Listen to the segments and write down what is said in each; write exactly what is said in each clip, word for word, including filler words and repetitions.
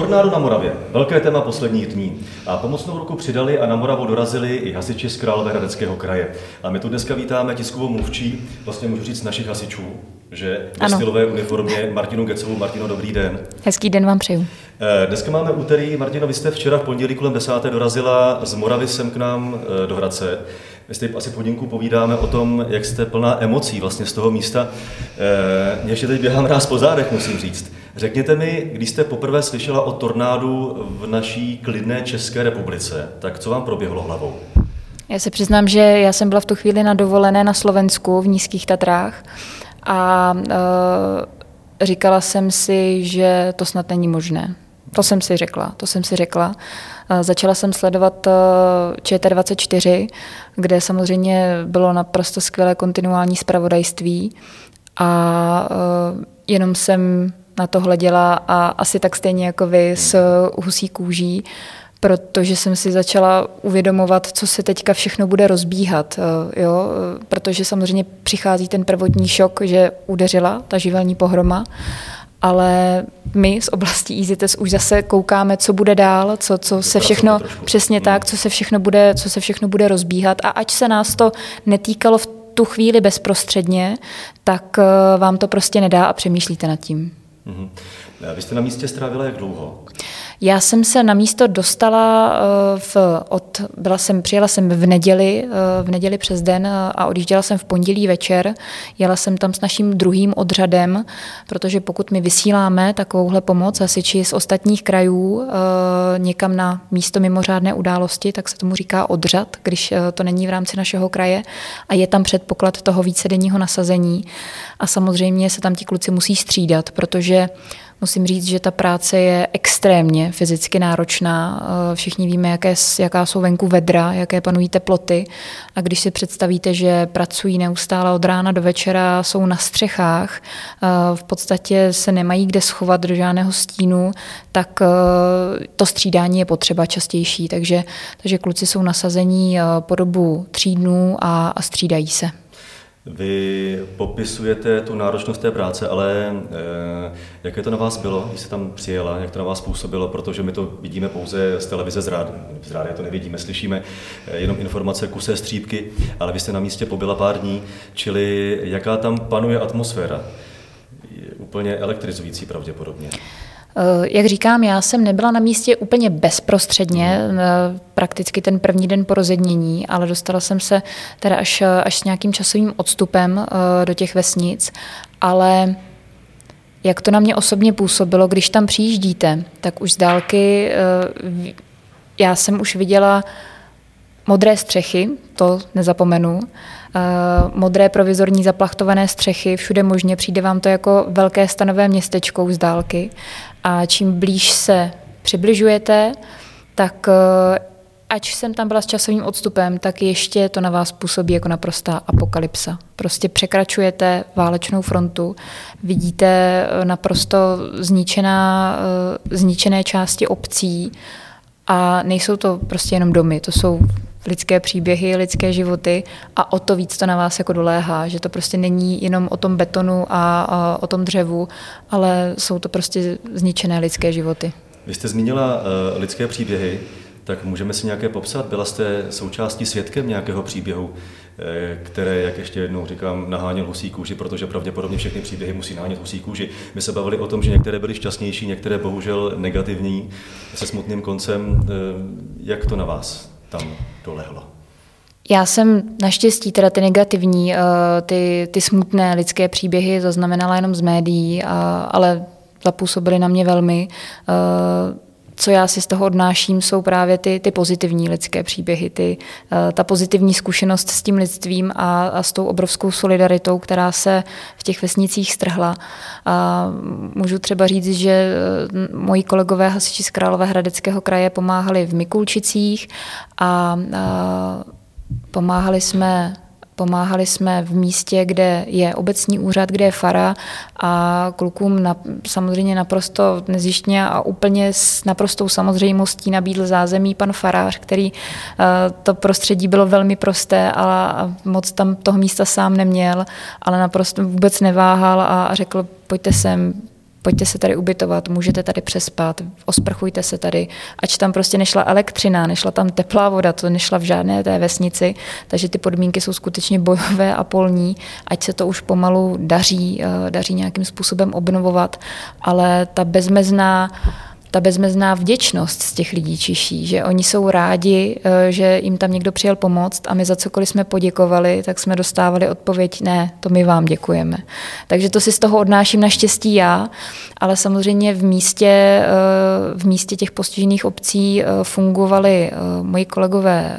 Tornádo na Moravě. Velké téma posledních dní. A pomocnou ruku přidali a na Moravu dorazili i hasiči z Královéhradeckého kraje. A my tu dneska vítáme tiskovou mluvčí, vlastně můžu říct našich hasičů, že ve stylové uniformě Martinu Gecovou. Martino, dobrý den. Hezký den vám přeju. Dneska máme úterý. Martino, vy jste včera v pondělí kolem desáté dorazila z Moravy sem k nám do Hradce. My si asi podinku povídáme o tom, jak jste plná emocí vlastně z toho místa. Mě ještě teď běhám ráz po zádech, musím říct. Řekněte mi, když jste poprvé slyšela o tornádu v naší klidné České republice, tak co vám proběhlo hlavou? Já se přiznám, že já jsem byla v tu chvíli na dovolené na Slovensku v Nízkých Tatrách a uh, říkala jsem si, že to snad není možné. To jsem si řekla, to jsem si řekla. Začala jsem sledovat Č T dvacet čtyři, kde samozřejmě bylo naprosto skvělé kontinuální zpravodajství a jenom jsem na to hleděla a asi tak stejně jako vy s husí kůží, protože jsem si začala uvědomovat, co se teďka všechno bude rozbíhat, jo? Protože samozřejmě přichází ten prvotní šok, že udeřila ta živelní pohroma, ale my z oblasti EasyTest už zase koukáme, co bude dál, co, co se všechno, přesně tak, co se všechno bude, co se všechno bude rozbíhat. A ať se nás to netýkalo v tu chvíli bezprostředně, tak vám to prostě nedá a přemýšlíte nad tím. Mm-hmm. Vy jste na místě strávila jak dlouho? Já jsem se na místo dostala, v, od, byla jsem, přijela jsem v neděli, v neděli přes den a odjížděla jsem v pondělí večer. Jela jsem tam s naším druhým odřadem, protože pokud my vysíláme takovouhle pomoc hasiči z ostatních krajů někam na místo mimořádné události, tak se tomu říká odřad, když to není v rámci našeho kraje a je tam předpoklad toho vícedenního nasazení. A samozřejmě se tam ti kluci musí střídat, protože musím říct, že ta práce je extrémně fyzicky náročná. Všichni víme, jaké, jaká jsou venku vedra, jaké panují teploty. A když si představíte, že pracují neustále od rána do večera, jsou na střechách, v podstatě se nemají kde schovat do žádného stínu, tak to střídání je potřeba častější. Takže, takže kluci jsou nasazení po dobu tří dnů a, a střídají se. Vy popisujete tu náročnost té práce, ale eh, jaké to na vás bylo, když jste tam přijela, jak to na vás působilo, protože my to vidíme pouze z televize, z rádia, z rádia to nevidíme, slyšíme eh, jenom informace, kusé střípky, ale vy jste na místě pobyla pár dní, čili jaká tam panuje atmosféra? Je úplně elektrizující pravděpodobně. Jak říkám, já jsem nebyla na místě úplně bezprostředně, prakticky ten první den po rozednění, ale dostala jsem se teda až, až s nějakým časovým odstupem do těch vesnic, ale jak to na mě osobně působilo, když tam přijíždíte, tak už z dálky já jsem už viděla modré střechy, to nezapomenu, modré provizorní zaplachtované střechy, všude možně, přijde vám to jako velké stanové městečko z dálky a čím blíž se přibližujete, tak ač jsem tam byla s časovým odstupem, tak ještě to na vás působí jako naprostá apokalypsa. Prostě překračujete válečnou frontu, vidíte naprosto zničená, zničené části obcí a nejsou to prostě jenom domy, to jsou lidské příběhy, lidské životy a o to víc to na vás jako doléhá, že to prostě není jenom o tom betonu a, a o tom dřevu, ale jsou to prostě zničené lidské životy. Vy jste zmínila uh, lidské příběhy, tak můžeme si nějaké popsat? Byla jste součástí, svědkem nějakého příběhu, které, jak ještě jednou říkám, naháněl husí kůži, protože pravděpodobně všechny příběhy musí nahánět husí kůži. My se bavili o tom, že některé byly šťastnější, některé bohužel negativní, se smutným koncem. Jak to na vás tam dolehlo? Já jsem naštěstí teda ty negativní, ty, ty smutné lidské příběhy zaznamenala jenom z médií, ale zapůsobily na mě velmi. Co já si z toho odnáším, jsou právě ty, ty pozitivní lidské příběhy, ty, ta pozitivní zkušenost s tím lidstvím a, a s tou obrovskou solidaritou, která se v těch vesnicích strhla. A můžu třeba říct, že moji kolegové hasiči z Královéhradeckého kraje pomáhali v Mikulčicích a, a pomáhali jsme Pomáhali jsme v místě, kde je obecní úřad, kde je fara a klukům na, samozřejmě naprosto nezjištně a úplně s naprostou samozřejmostí nabídl zázemí pan farář, který to prostředí bylo velmi prosté a moc tam toho místa sám neměl, ale naprosto vůbec neváhal a řekl, pojďte sem, pojďte se tady ubytovat, můžete tady přespat, osprchujte se tady, ač tam prostě nešla elektřina, nešla tam teplá voda, to nešla v žádné té vesnici, takže ty podmínky jsou skutečně bojové a polní, ať se to už pomalu daří, daří nějakým způsobem obnovovat, ale ta bezmezná ta bezmezná vděčnost z těch lidí čiší, že oni jsou rádi, že jim tam někdo přijel pomoct a my za cokoliv jsme poděkovali, tak jsme dostávali odpověď, ne, to my vám děkujeme. Takže to si z toho odnáším naštěstí já, ale samozřejmě v místě, v místě těch postižených obcí fungovali moji kolegové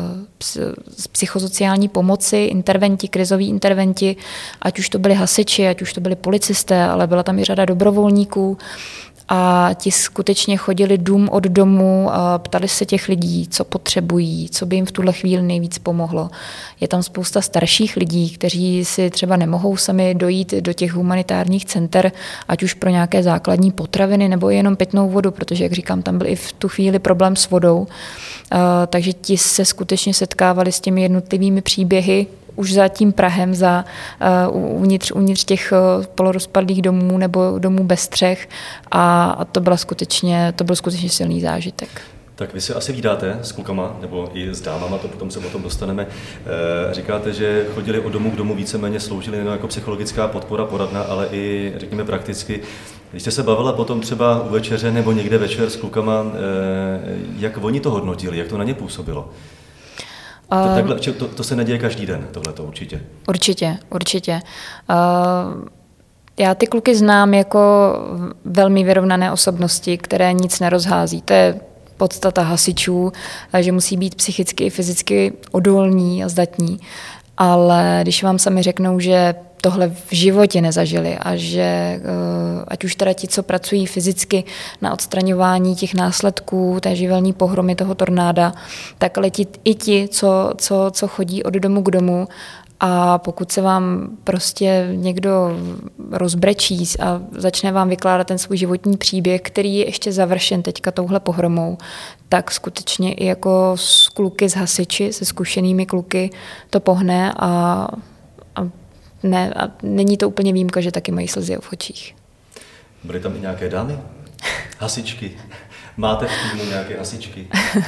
z psychosociální pomoci, interventi, krizoví interventi, ať už to byli hasiči, ať už to byli policisté, ale byla tam i řada dobrovolníků. A ti skutečně chodili dům od domu a ptali se těch lidí, co potřebují, co by jim v tuhle chvíli nejvíc pomohlo. Je tam spousta starších lidí, kteří si třeba nemohou sami dojít do těch humanitárních center, ať už pro nějaké základní potraviny nebo jenom pitnou vodu, protože, jak říkám, tam byl i v tu chvíli problém s vodou. Takže ti se skutečně setkávali s těmi jednotlivými příběhy, už za tím prahem, za uh, uvnitř, uvnitř těch uh, polorozpadlých domů nebo domů bez střech a, a to, byla skutečně, to byl skutečně silný zážitek. Tak vy se asi vídáte s klukama, nebo i s dámama, to potom se o tom dostaneme. E, říkáte, že chodili od domu k domu, víceméně sloužili nejen jako psychologická podpora, poradna, ale i, řekněme, prakticky. Když jste se bavila potom třeba u večeře nebo někde večer s klukama, e, jak oni to hodnotili, jak to na ně působilo? To, takhle, to, to se neděje každý den, tohleto určitě. Určitě, určitě. Uh, já ty kluky znám jako velmi vyrovnané osobnosti, které nic nerozhází. To je podstata hasičů, že musí být psychicky i fyzicky odolní a zdatní. Ale když vám sami řeknou, že tohle v životě nezažili a že ať už teda ti, co pracují fyzicky na odstraňování těch následků té živelní pohromy toho tornáda, tak letí i ti, co, co, co chodí od domu k domu. A pokud se vám prostě někdo rozbrečí a začne vám vykládat ten svůj životní příběh, který je ještě završen teďka touhle pohromou, tak skutečně i jako s kluky, s hasiči, se zkušenými kluky to pohne a, a, ne, a není to úplně výjimka, že taky mají slzy v očích. Byly tam i nějaké dámy? Hasičky? Máte v týmu nějaké hasičky?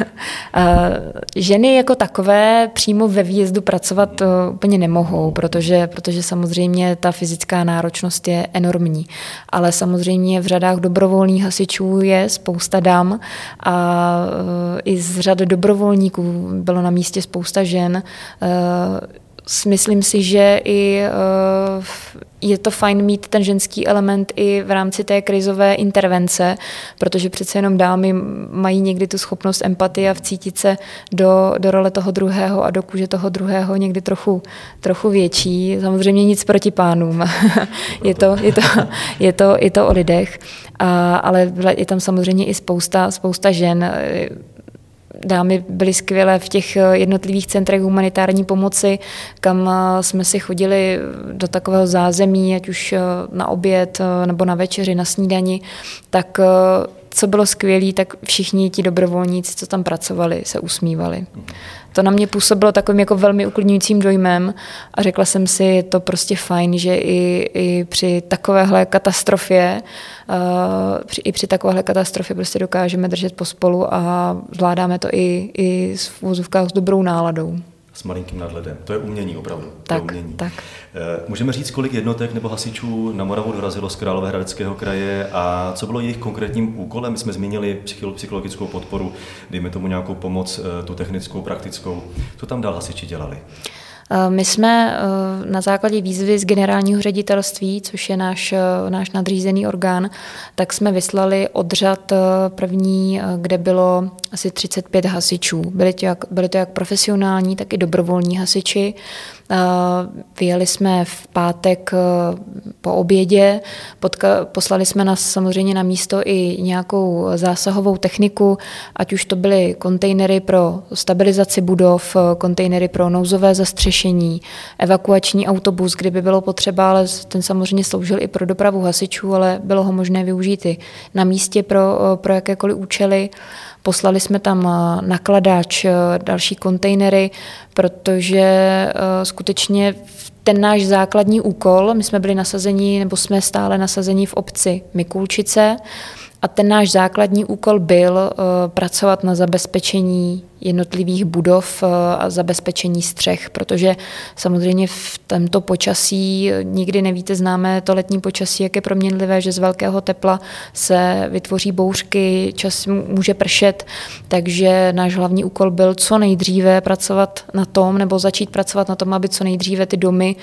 Ženy jako takové přímo ve výjezdu pracovat úplně nemohou, protože, protože samozřejmě ta fyzická náročnost je enormní. Ale samozřejmě v řadách dobrovolných hasičů je spousta dam a i z řad dobrovolníků bylo na místě spousta žen. Myslím si, že i je to fajn mít ten ženský element i v rámci té krizové intervence, protože přece jenom dámy mají někdy tu schopnost empatie a vcítit se do, do role toho druhého a do kůže toho druhého někdy trochu, trochu větší. Samozřejmě nic proti pánům. je, to, je, to, je, to, je to o lidech, a, ale je tam samozřejmě i spousta, spousta žen. Dámy byly skvělé v těch jednotlivých centrech humanitární pomoci, kam jsme si chodili do takového zázemí, ať už na oběd nebo na večeři, na snídani, tak co bylo skvělé, tak všichni ti dobrovolníci, co tam pracovali, se usmívali. To na mě působilo takovým jako velmi uklidňujícím dojmem a řekla jsem si, je to prostě fajn, že i, i při takovéhle katastrofě, uh, při, i při takovéhle katastrofě prostě dokážeme držet pospolu a zvládáme to i, i v úzovkách s dobrou náladou. S malinkým nadhledem. To je umění opravdu. Tak, to je umění. tak. Můžeme říct, kolik jednotek nebo hasičů na Moravu dorazilo z Královéhradeckého kraje a co bylo jejich konkrétním úkolem? My jsme zmínili psychologickou podporu, dejme tomu nějakou pomoc, tu technickou, praktickou. Co tam dál hasiči dělali? My jsme na základě výzvy z generálního ředitelství, což je náš, náš nadřízený orgán, tak jsme vyslali odřad první, kde bylo asi třicet pět hasičů. Byli to jak, byli to jak profesionální, tak i dobrovolní hasiči. Vyjeli jsme v pátek po obědě, Podka, poslali jsme nás samozřejmě na místo i nějakou zásahovou techniku, ať už to byly kontejnery pro stabilizaci budov, kontejnery pro nouzové zastřešení, evakuační autobus, kdyby bylo potřeba, ale ten samozřejmě sloužil i pro dopravu hasičů, ale bylo ho možné využít i na místě pro, pro jakékoliv účely. Poslali jsme tam nakladač, další kontejnery, protože skutečně v ten náš základní úkol, my jsme byli nasazeni, nebo jsme stále nasazeni v obci Mikulčice a ten náš základní úkol byl uh, pracovat na zabezpečení jednotlivých budov a zabezpečení střech, protože samozřejmě v tomto počasí nikdy nevíte, známe to letní počasí, jak je proměnlivé, že z velkého tepla se vytvoří bouřky, čas může pršet, takže náš hlavní úkol byl co nejdříve pracovat na tom, nebo začít pracovat na tom, aby co nejdříve ty domy,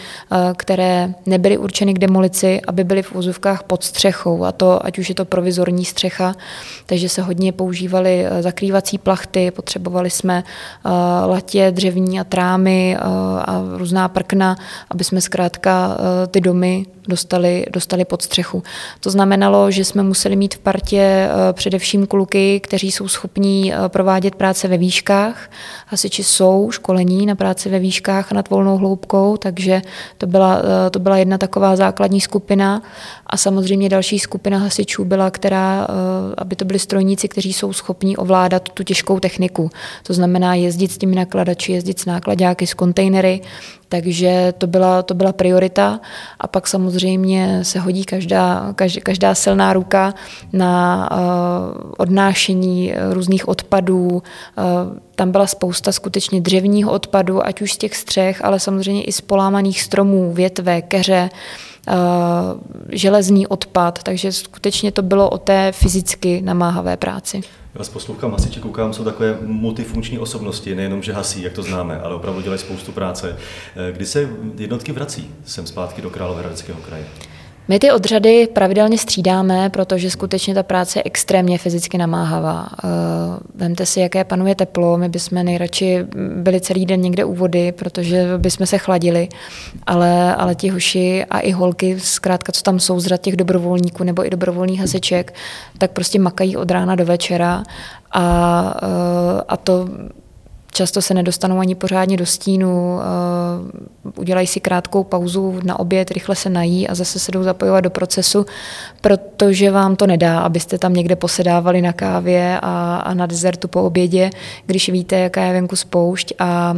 které nebyly určeny k demolici, aby byly v úzovkách pod střechou, a to ať už je to provizorní střecha, takže se hodně používaly zakrývací plachty, potřebovali jsme uh, latě dřevní a trámy uh, a různá prkna, aby jsme zkrátka uh, ty domy dostali, dostali pod střechu. To znamenalo, že jsme museli mít v partě uh, především kluky, kteří jsou schopní uh, provádět práce ve výškách. Hasiči jsou školení na práci ve výškách a nad volnou hloubkou, takže to byla, uh, to byla jedna taková základní skupina. A samozřejmě další skupina hasičů byla, která, uh, aby to byli strojníci, kteří jsou schopní ovládat tu těžkou techniku. To znamená jezdit s těmi nakladači, jezdit s nákladáky, s kontejnery, takže to byla, to byla priorita. A pak samozřejmě se hodí každá, každá, každá silná ruka na uh, odnášení různých odpadů. Uh, tam byla spousta skutečně dřevního odpadu, ať už z těch střech, ale samozřejmě i z polámaných stromů, větve, keře, uh, železný odpad, takže skutečně to bylo o té fyzicky namáhavé práci. Já vás poslouchám, hasiči, koukám, jsou takové multifunkční osobnosti, nejenom, že hasí, jak to známe, ale opravdu dělají spoustu práce. Kdy se jednotky vrací sem zpátky do Královéhradeckého kraje? My ty odřady pravidelně střídáme, protože skutečně ta práce je extrémně fyzicky namáhavá. Vemte si, jaké panuje teplo, my bychom nejradši byli celý den někde u vody, protože bychom se chladili, ale, ale ti hoši a i holky, zkrátka, co tam jsou z řad těch dobrovolníků nebo i dobrovolných hasiček, tak prostě makají od rána do večera a, a to často se nedostanou ani pořádně do stínu, udělají si krátkou pauzu na oběd, rychle se nají a zase se jdou zapojovat do procesu, protože vám to nedá, abyste tam někde posedávali na kávě a, a na dezertu po obědě, když víte, jaká je venku spoušť a, a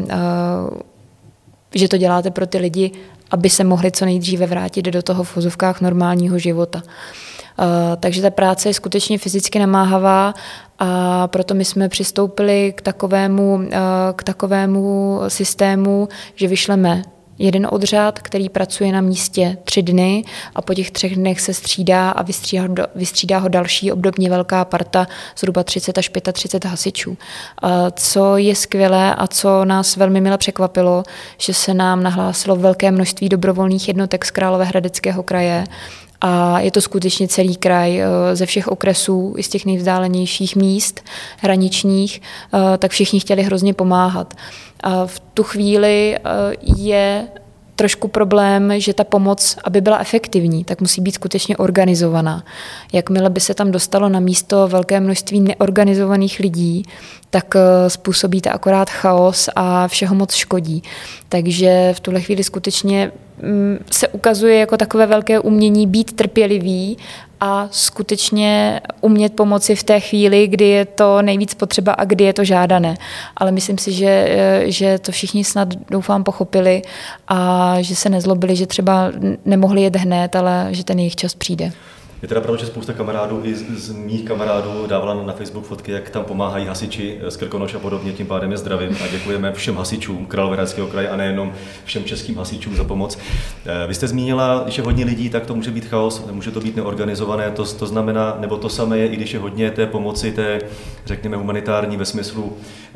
že to děláte pro ty lidi, aby se mohli co nejdříve vrátit do toho v vozovkách normálního života. Uh, takže ta práce je skutečně fyzicky namáhavá a proto my jsme přistoupili k takovému, uh, k takovému systému, že vyšleme jeden odřad, který pracuje na místě tři dny a po těch třech dnech se střídá a vystřídá, vystřídá ho další obdobně velká parta, zhruba třicet až třicet pět hasičů. Uh, co je skvělé a co nás velmi mile překvapilo, že se nám nahlásilo velké množství dobrovolných jednotek z Královéhradeckého kraje. A je to skutečně celý kraj ze všech okresů, i z těch nejvzdálenějších míst hraničních, tak všichni chtěli hrozně pomáhat. A v tu chvíli je trošku problém, že ta pomoc, aby byla efektivní, tak musí být skutečně organizovaná. Jakmile by se tam dostalo na místo velké množství neorganizovaných lidí, tak způsobíte akorát chaos a všeho moc škodí. Takže v tuhle chvíli skutečně se ukazuje jako takové velké umění být trpělivý a skutečně umět pomoci v té chvíli, kdy je to nejvíc potřeba a kdy je to žádané. Ale myslím si, že, že to všichni snad doufám pochopili a že se nezlobili, že třeba nemohli jet hned, ale že ten jejich čas přijde. Je teda pravda, že spousta kamarádů, i z, z mých kamarádů dávala na Facebook fotky, jak tam pomáhají hasiči z Krkonoš a podobně, tím pádem je zdravím a děkujeme všem hasičům Královéhradeckého kraje a nejenom všem českým hasičům za pomoc. Vy jste zmínila, když je hodně lidí, tak to může být chaos, může to být neorganizované, to, to znamená, nebo to samé je, i když je hodně té pomoci, té, řekněme, humanitární ve smyslu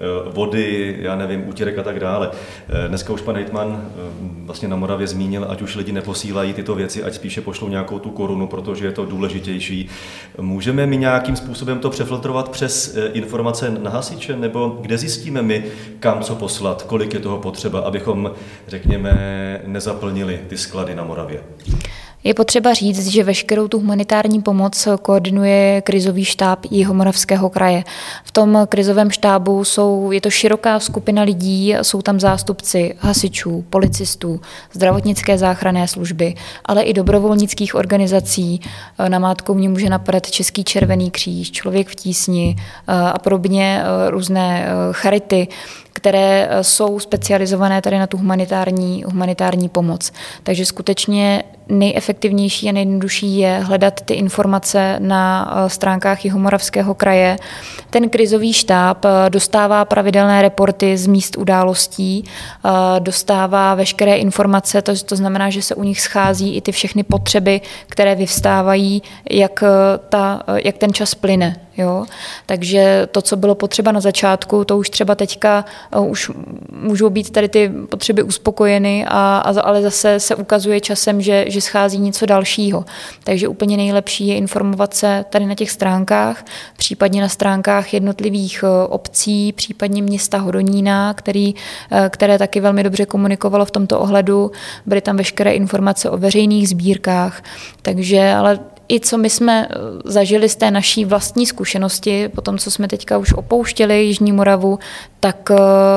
vody, já nevím, útěrek a tak dále. Dneska už pan hejtman vlastně na Moravě zmínil, ať už lidi neposílají tyto věci, ať spíše pošlou nějakou tu korunu, protože je to důležitější. Můžeme my nějakým způsobem to přefiltrovat přes informace na hasiče, nebo kde zjistíme my, kam co poslat, kolik je toho potřeba, abychom, řekněme, nezaplnili ty sklady na Moravě? Je potřeba říct, že veškerou tu humanitární pomoc koordinuje krizový štáb Jihomoravského kraje. V tom krizovém štábu jsou, je to široká skupina lidí, jsou tam zástupci hasičů, policistů, zdravotnické záchranné služby, ale i dobrovolnických organizací. Namátkou mě může napadat Český červený kříž, Člověk v tísni a podobně, různé charity, které jsou specializované tady na tu humanitární, humanitární pomoc. Takže skutečně nejefektivnější a nejjednodušší je hledat ty informace na stránkách Jihomoravského kraje. Ten krizový štáb dostává pravidelné reporty z míst událostí, dostává veškeré informace, to, to znamená, že se u nich schází i ty všechny potřeby, které vyvstávají, jak, ta, jak ten čas plyne. Jo? Takže to, co bylo potřeba na začátku, to už třeba teďka už můžou být tady ty potřeby uspokojeny, a, a, ale zase se ukazuje časem, že, že schází něco dalšího. Takže úplně nejlepší je informovat se tady na těch stránkách, případně na stránkách jednotlivých obcí, případně města Hodonína, který, které taky velmi dobře komunikovalo v tomto ohledu. Byly tam veškeré informace o veřejných sbírkách, takže ale i co my jsme zažili z té naší vlastní zkušenosti, po tom, co jsme teďka už opouštěli Jižní Moravu, tak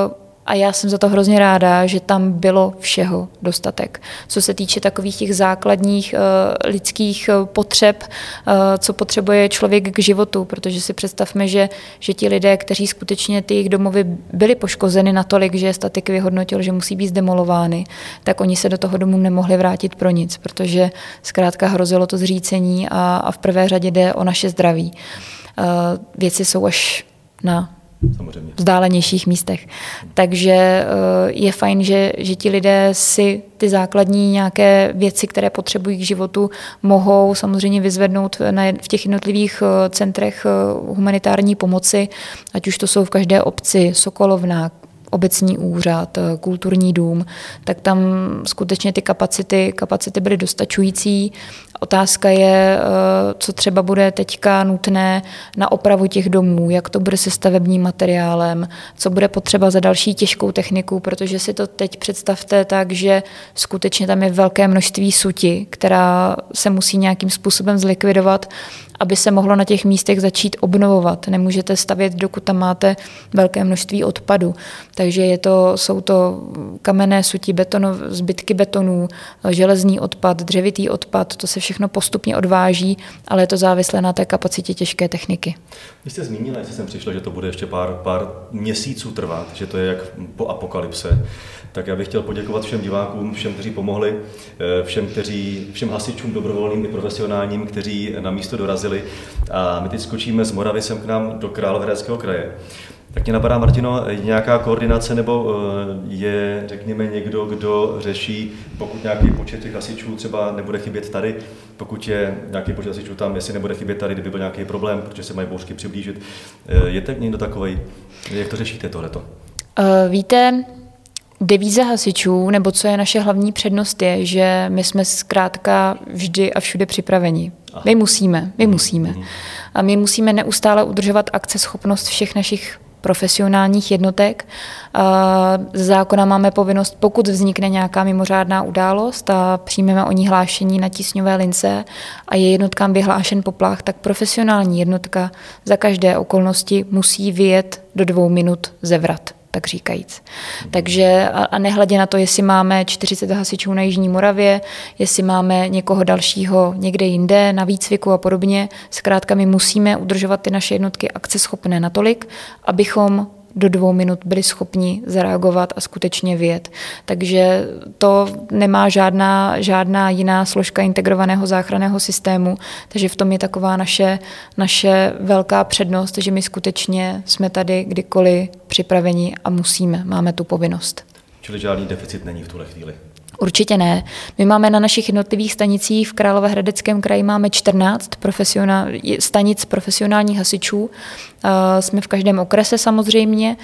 a já jsem za to hrozně ráda, že tam bylo všeho dostatek. Co se týče takových těch základních uh, lidských uh, potřeb, uh, co potřebuje člověk k životu, protože si představme, že, že ti lidé, kteří skutečně ty jejich domovy byly poškozeny natolik, že statik vyhodnotil, že musí být zdemolovány, tak oni se do toho domu nemohli vrátit pro nic, protože zkrátka hrozilo to zřícení a, a v prvé řadě jde o naše zdraví. Uh, věci jsou až na Samozřejmě. vzdálenějších místech. Takže je fajn, že, že ti lidé si ty základní nějaké věci, které potřebují k životu, mohou samozřejmě vyzvednout na, v těch jednotlivých centrech humanitární pomoci, ať už to jsou v každé obci Sokolovna, obecní úřad, kulturní dům, tak tam skutečně ty kapacity, kapacity byly dostačující. Otázka je, co třeba bude teďka nutné na opravu těch domů, jak to bude se stavebním materiálem, co bude potřeba za další těžkou techniku, protože si to teď představte tak, že skutečně tam je velké množství suti, která se musí nějakým způsobem zlikvidovat, aby se mohlo na těch místech začít obnovovat. Nemůžete stavět, dokud tam máte velké množství odpadu. Takže je to, jsou to kamenné suti, betono, zbytky betonů, železný odpad, dřevitý odpad, to se všechno postupně odváží, ale je to závislé na té kapacitě těžké techniky. Vy jste zmínila, že jsem přišla, že to bude ještě pár, pár měsíců trvat, že to je jak po apokalypse. Tak já bych chtěl poděkovat všem divákům, všem, kteří pomohli, všem, kteří, všem hasičům dobrovolným i profesionálním, kteří na místo dorazili. A my teď skočíme z Moravy sem k nám do Královéhradeckého kraje. Tak mě napadá, Martino, nějaká koordinace nebo je, řekněme, někdo, kdo řeší, pokud nějaký počet těch hasičů třeba nebude chybět tady, pokud je nějaký počet hasičů tam, jestli nebude chybět tady, kdyby byl nějaký problém, protože se mají bouřky přiblížit. Je tak někdo takovej? Jak to řešíte tohleto? Uh, víte, devíze hasičů, nebo co je naše hlavní přednost, je, že my jsme zkrátka vždy a všude připraveni. Aha. My musíme, my musíme. Mhm. A my musíme neustále udržovat akceschopnost všech našich profesionálních jednotek. Z zákona máme povinnost, pokud vznikne nějaká mimořádná událost a přijmeme o ní hlášení na tísňové lince a je jednotkám vyhlášen poplach, tak profesionální jednotka za každé okolnosti musí vyjet do dvou minut ze vrat, tak říkajíc. Takže a nehledě na to, jestli máme čtyřicet hasičů na Jižní Moravě, jestli máme někoho dalšího někde jinde na výcviku a podobně, zkrátka my musíme udržovat ty naše jednotky akceschopné natolik, abychom do dvou minut byli schopni zareagovat a skutečně vyjet. Takže to nemá žádná, žádná jiná složka integrovaného záchranného systému, takže v tom je taková naše, naše velká přednost, že my skutečně jsme tady kdykoliv připraveni a musíme, máme tu povinnost. Čili žádný deficit není v tuhle chvíli? Určitě ne. My máme na našich jednotlivých stanicích v Královéhradeckém kraji máme čtrnáct profesionál, stanic profesionálních hasičů. Uh, jsme v každém okrese samozřejmě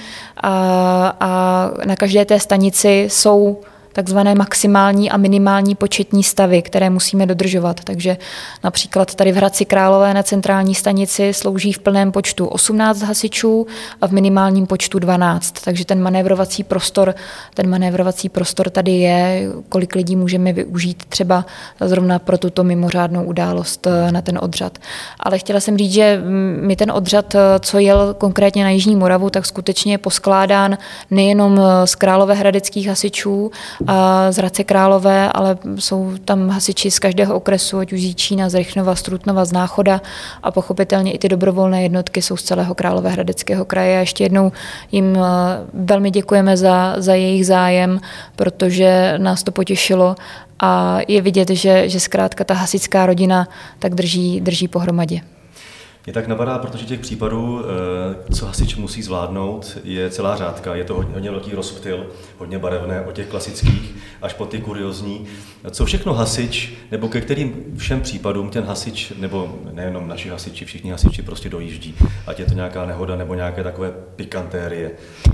a, a na každé té stanici jsou takzvané maximální a minimální početní stavy, které musíme dodržovat. Takže například tady v Hradci Králové na centrální stanici slouží v plném počtu osmnáct hasičů a v minimálním počtu dvanáct. Takže ten manévrovací prostor, ten manévrovací prostor tady je, kolik lidí můžeme využít třeba zrovna pro tuto mimořádnou událost na ten odřad. Ale chtěla jsem říct, že my ten odřad, co jel konkrétně na Jižní Moravu, tak skutečně je poskládán nejenom z královéhradeckých hasičů, a z Hradce Králové, ale jsou tam hasiči z každého okresu, ať už z Jičína, z Rychnova, z Trutnova, z Náchoda a pochopitelně i ty dobrovolné jednotky jsou z celého Královéhradeckého kraje. A ještě jednou jim velmi děkujeme za, za jejich zájem, protože nás to potěšilo a je vidět, že, že zkrátka ta hasičská rodina tak drží, drží pohromadě. Mě tak napadá, protože těch případů, co hasič musí zvládnout, je celá řádka. Je to hodně, hodně velký rozptyl, hodně barevné, od těch klasických až po ty kuriózní. Co všechno hasič, nebo ke kterým všem případům ten hasič, nebo nejenom naši hasiči, všichni hasiči prostě dojíždí. Ať je to nějaká nehoda nebo nějaké takové pikantérie.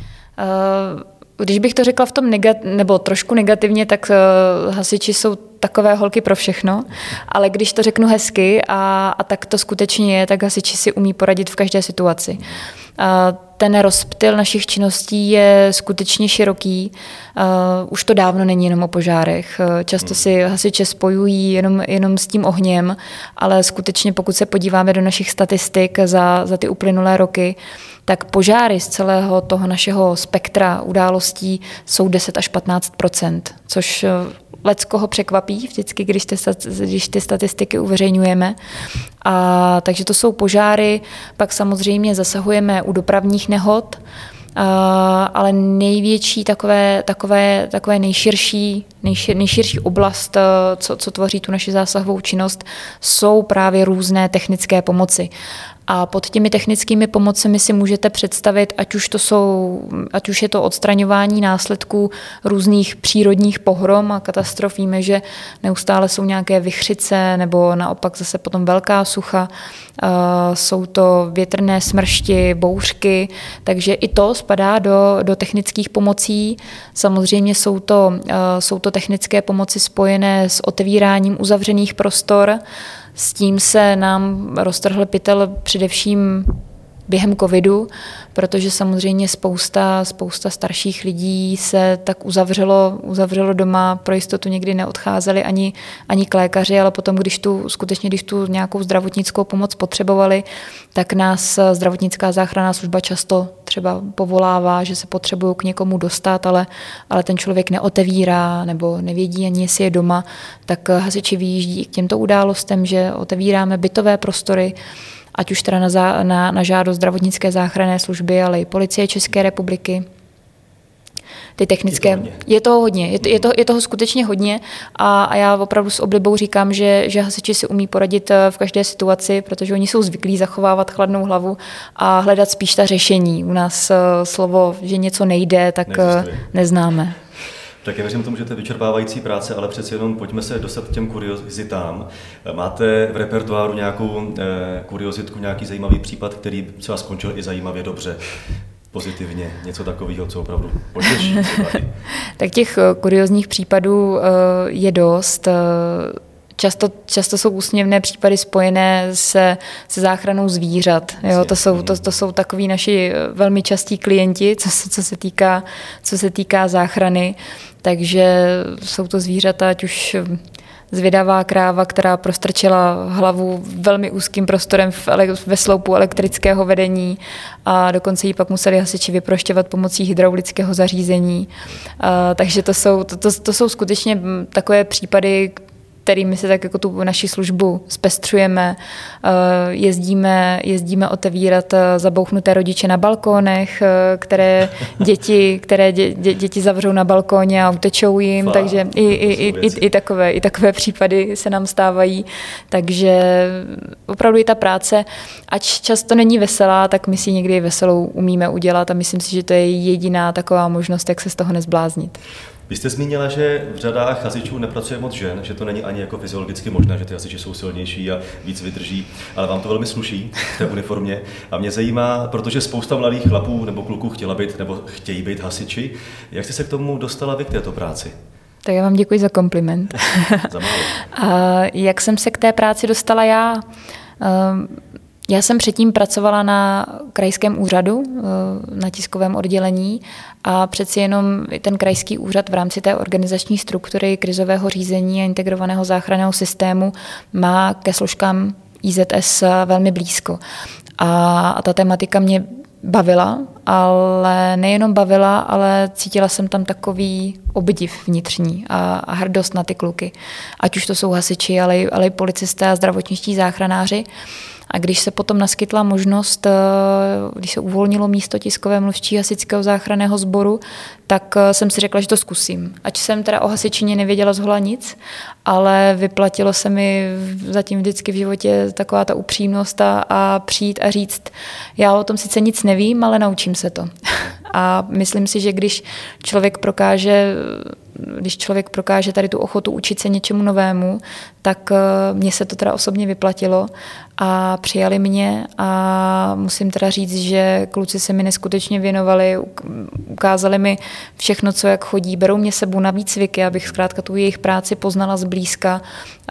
Uh... Když bych to řekla v tom negat- nebo trošku negativně, tak uh, hasiči jsou takové holky pro všechno, ale když to řeknu hezky a, a tak to skutečně je, tak hasiči si umí poradit v každé situaci. Uh, ten rozptyl našich činností je skutečně široký. Uh, už to dávno není jenom o požárech. Uh, často si hasiče spojují jenom, jenom s tím ohněm, ale skutečně pokud se podíváme do našich statistik za, za ty uplynulé roky, tak požáry z celého toho našeho spektra událostí jsou deset až patnáct procent, což leckoho překvapí vždycky, když ty, když ty statistiky uveřejňujeme. A, takže to jsou požáry, pak samozřejmě zasahujeme u dopravních nehod, a, ale největší takové, takové, takové nejširší, nejšir, nejširší oblast, co, co tvoří tu naši zásahovou činnost, jsou právě různé technické pomoci. A pod těmi technickými pomocemi si můžete představit, ať už, to jsou, ať už je to odstraňování následků různých přírodních pohrom a katastrof. Víme, že neustále jsou nějaké vichřice nebo naopak zase potom velká sucha. Jsou to větrné smršti, bouřky, takže i to spadá do, do technických pomocí. Samozřejmě jsou to, jsou to technické pomoci spojené s otevíráním uzavřených prostor. S tím se nám roztrhl pytel především během covidu, protože samozřejmě spousta, spousta starších lidí se tak uzavřelo, uzavřelo doma, pro jistotu někdy neodcházeli ani, ani k lékaři, ale potom, když tu, skutečně, když tu nějakou zdravotnickou pomoc potřebovali, tak nás zdravotnická záchranná služba často třeba povolává, že se potřebují k někomu dostat, ale, ale ten člověk neotevírá nebo nevědí ani, jestli je doma, tak hasiči vyjíždí k těmto událostem, že otevíráme bytové prostory, ať už teda na, zá, na, na žádost zdravotnické záchranné služby, ale i Policie České republiky. Ty technické, je to hodně, je, to hodně, je, to, je, to, je toho skutečně hodně a, a já opravdu s oblibou říkám, že, že hasiči si umí poradit v každé situaci, protože oni jsou zvyklí zachovávat chladnou hlavu a hledat spíš ta řešení. U nás slovo, že něco nejde, tak Neexistuje. neznáme. Tak já věřím tomu, že to je vyčerpávající práce, ale přeci jenom pojďme se dostat k těm kuriozitám. Máte v repertoáru nějakou eh, kuriozitku, nějaký zajímavý případ, který třeba skončil i zajímavě dobře, pozitivně, něco takového, co opravdu potěší? Tak těch kuriozních případů eh, je dost. Často, často jsou úsměvné případy spojené se, se záchranou zvířat. Jo, to, jsou, to, to jsou takoví naši velmi častí klienti, co se, co se týká, co se týká záchrany. Takže jsou to zvířata, ať už zvědavá kráva, která prostrčila hlavu velmi úzkým prostorem v ele- ve sloupu elektrického vedení a dokonce ji pak museli hasiči vyprošťovat pomocí hydraulického zařízení. A, takže to jsou, to, to, to jsou skutečně takové případy, kterými se tak jako tu naši službu zpestřujeme. Jezdíme, jezdíme otevírat zabouchnuté rodiče na balkónech, které děti, které dě, dě, děti zavřou na balkóně a utečou jim, Fá, takže i, i, i, i, i, takové, i takové případy se nám stávají. Takže opravdu i ta práce, ač často není veselá, tak my si někdy veselou umíme udělat a myslím si, že to je jediná taková možnost, jak se z toho nezbláznit. Vy jste zmínila, že v řadách hasičů nepracuje moc žen, že to není ani jako fyziologicky možné, že ty hasiči jsou silnější a víc vydrží, ale vám to velmi sluší v té uniformě. A mě zajímá, protože spousta mladých chlapů nebo kluků chtěla být nebo chtějí být hasiči, jak jste se k tomu dostala vy k této práci? Tak já vám děkuji za kompliment. Za málo. A jak jsem se k té práci dostala já? Já jsem předtím pracovala na krajském úřadu, na tiskovém oddělení a přeci jenom ten krajský úřad v rámci té organizační struktury krizového řízení a integrovaného záchranného systému má ke složkám I Z S velmi blízko. A ta tematika mě bavila ale nejenom bavila, ale cítila jsem tam takový obdiv vnitřní a, a hrdost na ty kluky. Ať už to jsou hasiči, ale, ale i policisté a zdravotničtí záchranáři. A když se potom naskytla možnost, když se uvolnilo místo tiskové mluvčí hasičského záchranného sboru, tak jsem si řekla, že to zkusím. Ať jsem teda o hasičině nevěděla zhola nic, ale vyplatilo se mi zatím vždycky v životě taková ta upřímnost a, a přijít a říct, já o tom sice nic nevím, ale naučím se to. A myslím si, že když člověk prokáže když člověk prokáže tady tu ochotu učit se něčemu novému, tak mně se to teda osobně vyplatilo a přijali mě a musím teda říct, že kluci se mi neskutečně věnovali, ukázali mi všechno, co jak chodí, berou mě sebou na výcviky, abych zkrátka tu jejich práci poznala zblízka.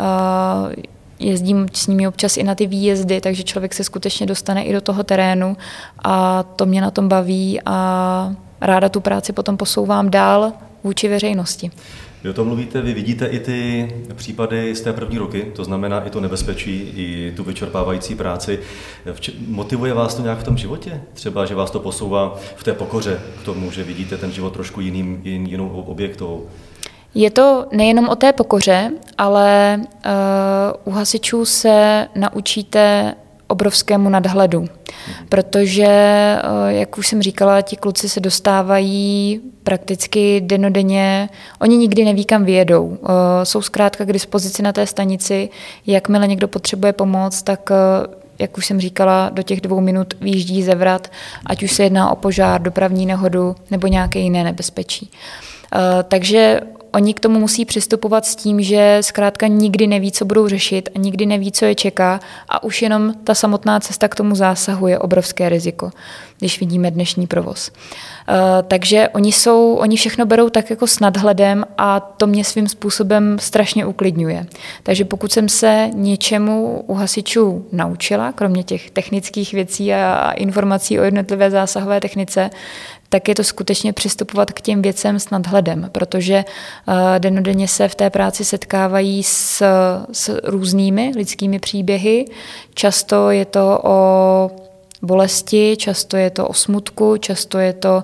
Jezdím s nimi občas i na ty výjezdy, takže člověk se skutečně dostane i do toho terénu a to mě na tom baví a ráda tu práci potom posouvám dál vůči veřejnosti. Vy o tom mluvíte, vy vidíte i ty případy z té první roky, to znamená i to nebezpečí, i tu vyčerpávající práci. Motivuje vás to nějak v tom životě? Třeba, že vás to posouvá v té pokoře k tomu, že vidíte ten život trošku jiným, jin, jinou objektou? Je to nejenom o té pokoře, ale uh, u hasičů se naučíte obrovskému nadhledu, protože, jak už jsem říkala, ti kluci se dostávají prakticky dennodenně, oni nikdy neví, kam vyjedou. Jsou zkrátka k dispozici na té stanici, jakmile někdo potřebuje pomoc, tak jak už jsem říkala, do těch dvou minut vyjíždí ze vrat, ať už se jedná o požár, dopravní nehodu nebo nějaké jiné nebezpečí. Takže oni k tomu musí přistupovat s tím, že zkrátka nikdy neví, co budou řešit a nikdy neví, co je čeká a už jenom ta samotná cesta k tomu zásahu je obrovské riziko, když vidíme dnešní provoz. Uh, takže oni jsou, oni všechno berou tak jako s nadhledem a to mě svým způsobem strašně uklidňuje. Takže pokud jsem se něčemu u hasičů naučila, kromě těch technických věcí a informací o jednotlivé zásahové technice, tak je to skutečně přistupovat k těm věcem s nadhledem, protože uh, dennodenně se v té práci setkávají s, s různými lidskými příběhy. Často je to o bolesti, často je to o smutku, často je to,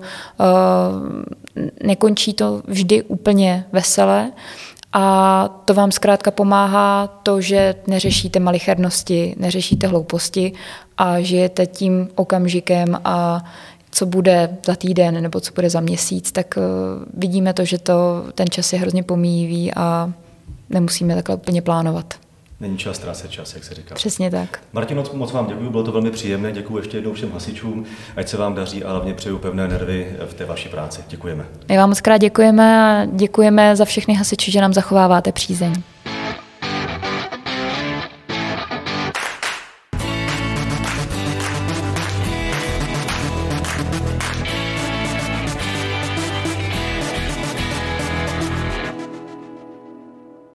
uh, nekončí to vždy úplně vesele a to vám zkrátka pomáhá to, že neřešíte malichernosti, neřešíte hlouposti a žijete tím okamžikem a co bude za týden nebo co bude za měsíc, tak uh, vidíme to, že to, ten čas je hrozně pomíjivý a nemusíme takhle úplně plánovat. Není čas ztrácet čas, jak se říká. Přesně tak. Martino, moc, moc vám děkuji, bylo to velmi příjemné. Děkuji ještě jednou všem hasičům, ať se vám daří a hlavně přeju pevné nervy v té vaší práci. Děkujeme. My vám moc krát děkujeme a děkujeme za všechny hasiči, že nám zachováváte přízeň.